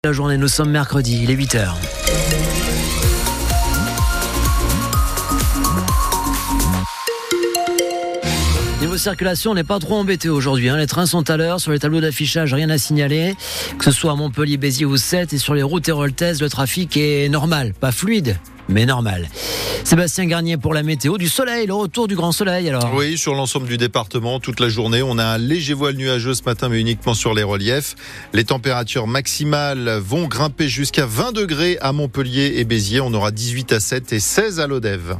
La journée, nous sommes mercredi, il est 8h. Niveau circulation, on n'est pas trop embêté aujourd'hui. Les trains sont à l'heure. Sur les tableaux d'affichage, rien à signaler. Que ce soit à Montpellier, Béziers ou Sète. Et sur les routes héroltaises, le trafic est normal. Pas fluide, mais normal. Sébastien Garnier pour la météo. Du soleil, le retour du grand soleil alors. Oui, sur l'ensemble du département, toute la journée. On a un léger voile nuageux ce matin, mais uniquement sur les reliefs. Les températures maximales vont grimper jusqu'à 20 degrés à Montpellier et Béziers. On aura 18 à 7 et 16 à Lodève.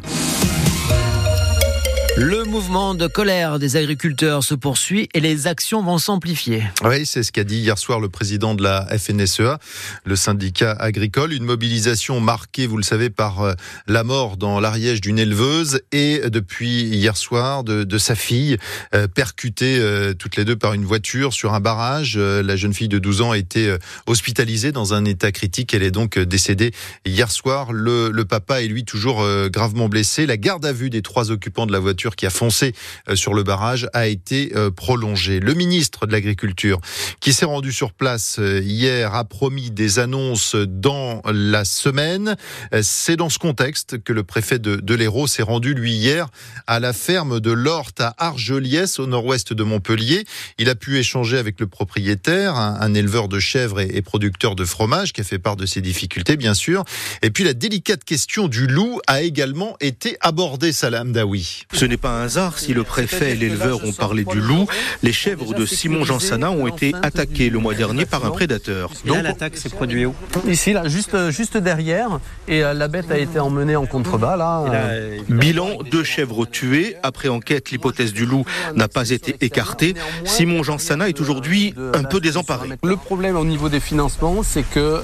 Le mouvement de colère des agriculteurs se poursuit et les actions vont s'amplifier. Oui, c'est ce qu'a dit hier soir le président de la FNSEA, le syndicat agricole. Une mobilisation marquée, vous le savez, par la mort dans l'Ariège d'une éleveuse et depuis hier soir de sa fille, percutée toutes les deux par une voiture sur un barrage. La jeune fille de 12 ans a été hospitalisée dans un état critique. Elle est donc décédée hier soir. Le papa est lui toujours gravement blessé. La garde à vue des 3 occupants de la voiture qui a foncé sur le barrage a été prolongée. Le ministre de l'Agriculture, qui s'est rendu sur place hier, a promis des annonces dans la semaine. C'est dans ce contexte que le préfet de l'Hérault s'est rendu, lui, hier, à la ferme de l'Orte à Argeliès, au nord-ouest de Montpellier. Il a pu échanger avec le propriétaire, un éleveur de chèvres et producteur de fromage, qui a fait part de ses difficultés, bien sûr. Et puis la délicate question du loup a également été abordée, Salah Hamdaoui. Ce n'est pas un hasard si le préfet et l'éleveur ont parlé du loup. Les chèvres de Simon Jansana ont été attaquées le mois dernier par un prédateur. Donc l'attaque s'est produite où ? Ici, là, juste derrière. Et la bête a été emmenée en contrebas, là. Bilan, 2 chèvres tuées. Après enquête, l'hypothèse du loup n'a pas été écartée. Simon Jansana est aujourd'hui un peu désemparé. Le problème au niveau des financements, c'est que...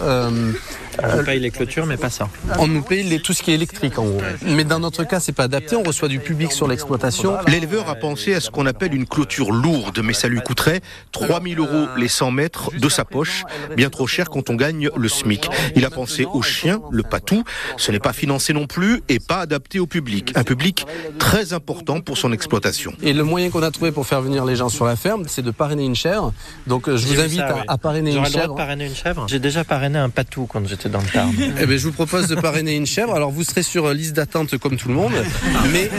on paye les clôtures, mais pas ça. On nous paye tout ce qui est électrique, en gros. Mais dans notre cas, c'est pas adapté. On reçoit du public sur l'exploitation. L'éleveur a pensé à ce qu'on appelle une clôture lourde, mais ça lui coûterait 3 000 € les 100 mètres de sa poche, bien trop cher quand on gagne le SMIC. Il a pensé au chien, le patou. Ce n'est pas financé non plus et pas adapté au public. Un public très important pour son exploitation. Et le moyen qu'on a trouvé pour faire venir les gens sur la ferme, c'est de parrainer une chèvre. Donc je vous invite à parrainer une chèvre. J'aurais le droit de parrainer une chèvre ? J'ai déjà parrainé un patou quand j'étais dans le Tarn. Eh bien, je vous propose de parrainer une chèvre. Alors vous serez sur liste d'attente comme tout le monde, mais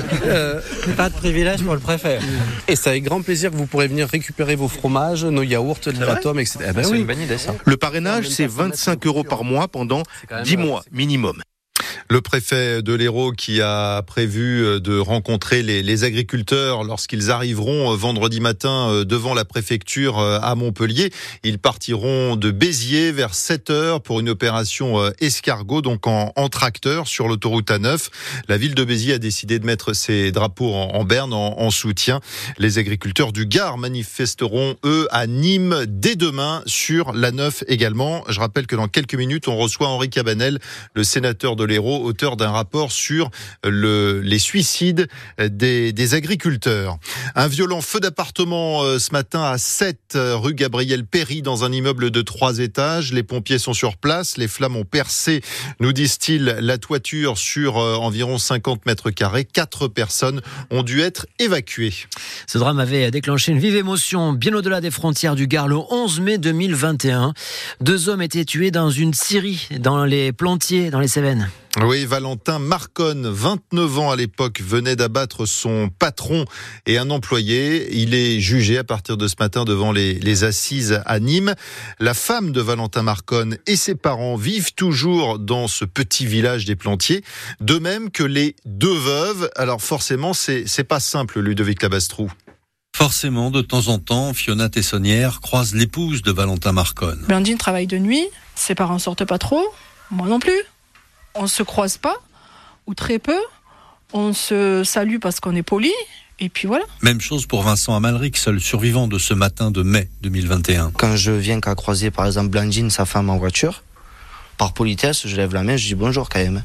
pas de privilège pour le préfet. Et c'est avec grand plaisir que vous pourrez venir récupérer vos fromages, nos yaourts, l'hématome, etc. Eh ben c'est une bonne idée, ça. Le parrainage, c'est 25 € par mois pendant 10 mois minimum. Le préfet de l'Hérault qui a prévu de rencontrer les agriculteurs lorsqu'ils arriveront vendredi matin devant la préfecture à Montpellier. Ils partiront de Béziers vers 7h pour une opération escargot, donc en tracteur sur l'autoroute A9. La ville de Béziers a décidé de mettre ses drapeaux en berne en soutien. Les agriculteurs du Gard manifesteront, eux, à Nîmes dès demain sur l'A9 également. Je rappelle que dans quelques minutes, on reçoit Henri Cabanel, le sénateur de l'Hérault, auteur d'un rapport sur les suicides des agriculteurs. Un violent feu d'appartement ce matin à 7 rue Gabriel Péry dans un immeuble de 3 étages. Les pompiers sont sur place. Les flammes ont percé, nous disent-ils, la toiture sur environ 50 mètres carrés. 4 personnes ont dû être évacuées. Ce drame avait déclenché une vive émotion bien au-delà des frontières du Gard le 11 mai 2021. 2 hommes étaient tués dans une scierie dans les Plantiers, dans les Cévennes. Oui, Valentin Marconne, 29 ans à l'époque, venait d'abattre son patron et un employé. Il est jugé à partir de ce matin devant les assises à Nîmes. La femme de Valentin Marconne et ses parents vivent toujours dans ce petit village des Plantiers, de même que les 2 veuves. Alors forcément, c'est pas simple, Ludovic Labastrou. Forcément, de temps en temps, Fiona Tessonnière croise l'épouse de Valentin Marconne. Blandine travaille de nuit, ses parents sortent pas trop, moi non plus. On se croise pas, ou très peu. On se salue parce qu'on est poli, et puis voilà. Même chose pour Vincent Amalric, seul survivant de ce matin de mai 2021. Quand je viens qu'à croiser par exemple Blandine, sa femme en voiture, par politesse, je lève la main, je dis bonjour quand même.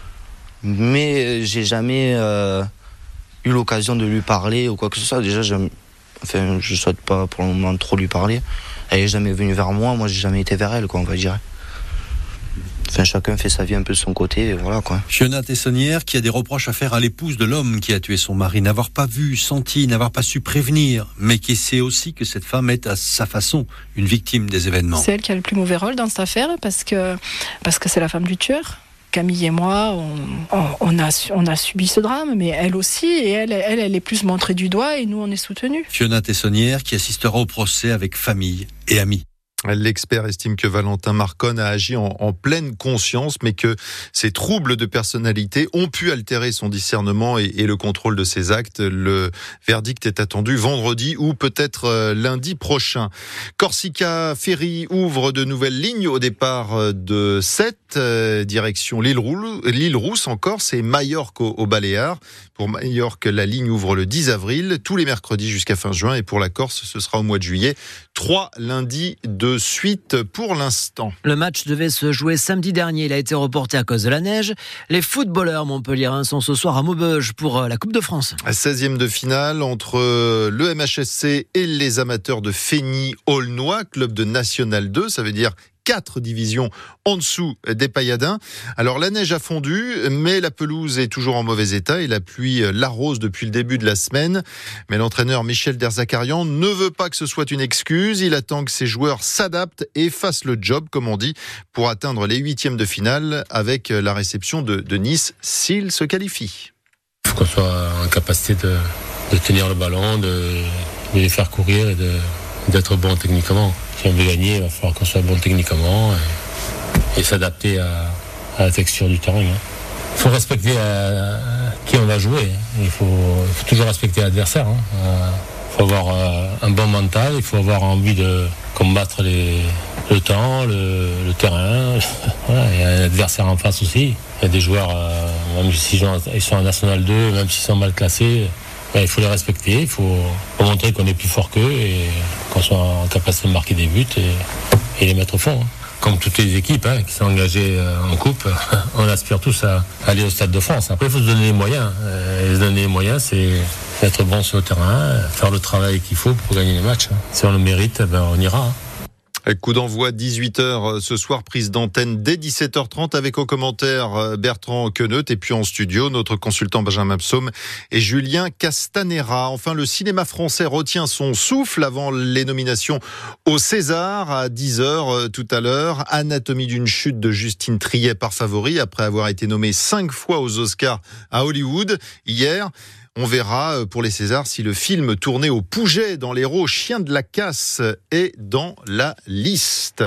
Mais j'ai jamais eu l'occasion de lui parler ou quoi que ce soit. Déjà, je souhaite pas pour le moment trop lui parler. Elle est jamais venue vers moi, moi j'ai jamais été vers elle, quoi, on va dire. Enfin, chacun fait sa vie un peu de son côté, et voilà quoi. Fiona Tessonnière qui a des reproches à faire à l'épouse de l'homme qui a tué son mari, n'avoir pas vu, senti, n'avoir pas su prévenir, mais qui sait aussi que cette femme est à sa façon une victime des événements. C'est elle qui a le plus mauvais rôle dans cette affaire parce que c'est la femme du tueur. Camille et moi, on a subi ce drame, mais elle aussi, et elle est plus montrée du doigt, et nous, on est soutenus. Fiona Tessonnière qui assistera au procès avec famille et amis. L'expert estime que Valentin Marconne a agi en pleine conscience, mais que ses troubles de personnalité ont pu altérer son discernement et le contrôle de ses actes. Le verdict est attendu vendredi ou peut-être lundi prochain. Corsica Ferry ouvre de nouvelles lignes au départ de Sète, direction l'île Rousse en Corse et Majorque aux Baléares. Pour Majorque, la ligne ouvre le 10 avril, tous les mercredis jusqu'à fin juin, et pour la Corse, ce sera au mois de juillet. 3 lundis de suite pour l'instant. Le match devait se jouer samedi dernier. Il a été reporté à cause de la neige. Les footballeurs montpelliérains sont ce soir à Maubeuge pour la Coupe de France. 16e de finale entre le MHSC et les amateurs de Feigny-Aulnois, club de National 2. Ça veut dire 4 divisions en dessous des Pailladins. Alors la neige a fondu, mais la pelouse est toujours en mauvais état et la pluie l'arrose depuis le début de la semaine. Mais l'entraîneur Michel Derzakarian ne veut pas que ce soit une excuse. Il attend que ses joueurs s'adaptent et fassent le job, comme on dit, pour atteindre les 8e de finale avec la réception de Nice s'il se qualifie. Il faut qu'on soit en capacité de tenir le ballon, de les faire courir et d'être bon techniquement. Si on veut gagner, il va falloir qu'on soit bon techniquement et s'adapter à la texture du terrain. Il faut respecter qui on va jouer. Il faut toujours respecter l'adversaire. Il faut avoir un bon mental, il faut avoir envie de combattre le temps, le terrain. Voilà, il y a un adversaire en face aussi. Il y a des joueurs, même s'ils sont en National 2, même s'ils sont mal classés, il faut les respecter, il faut montrer qu'on est plus fort qu'eux et qu'on soit en capacité de marquer des buts et les mettre au fond. Comme toutes les équipes qui sont engagées en coupe, on aspire tous à aller au Stade de France. Après, il faut se donner les moyens. Et se donner les moyens, c'est être bon sur le terrain, faire le travail qu'il faut pour gagner les matchs. Si on le mérite, on ira. Coup d'envoi 18h ce soir, prise d'antenne dès 17h30 avec au commentaire Bertrand Queneut et puis en studio notre consultant Benjamin Psaume et Julien Castanera. Enfin, le cinéma français retient son souffle avant les nominations au César à 10h tout à l'heure. Anatomie d'une chute de Justine Triet par favori après avoir été nommée 5 fois aux Oscars à Hollywood hier. On verra pour les Césars si le film tourné au Pouget dans l'Hérault, Chien de la Casse est dans la liste.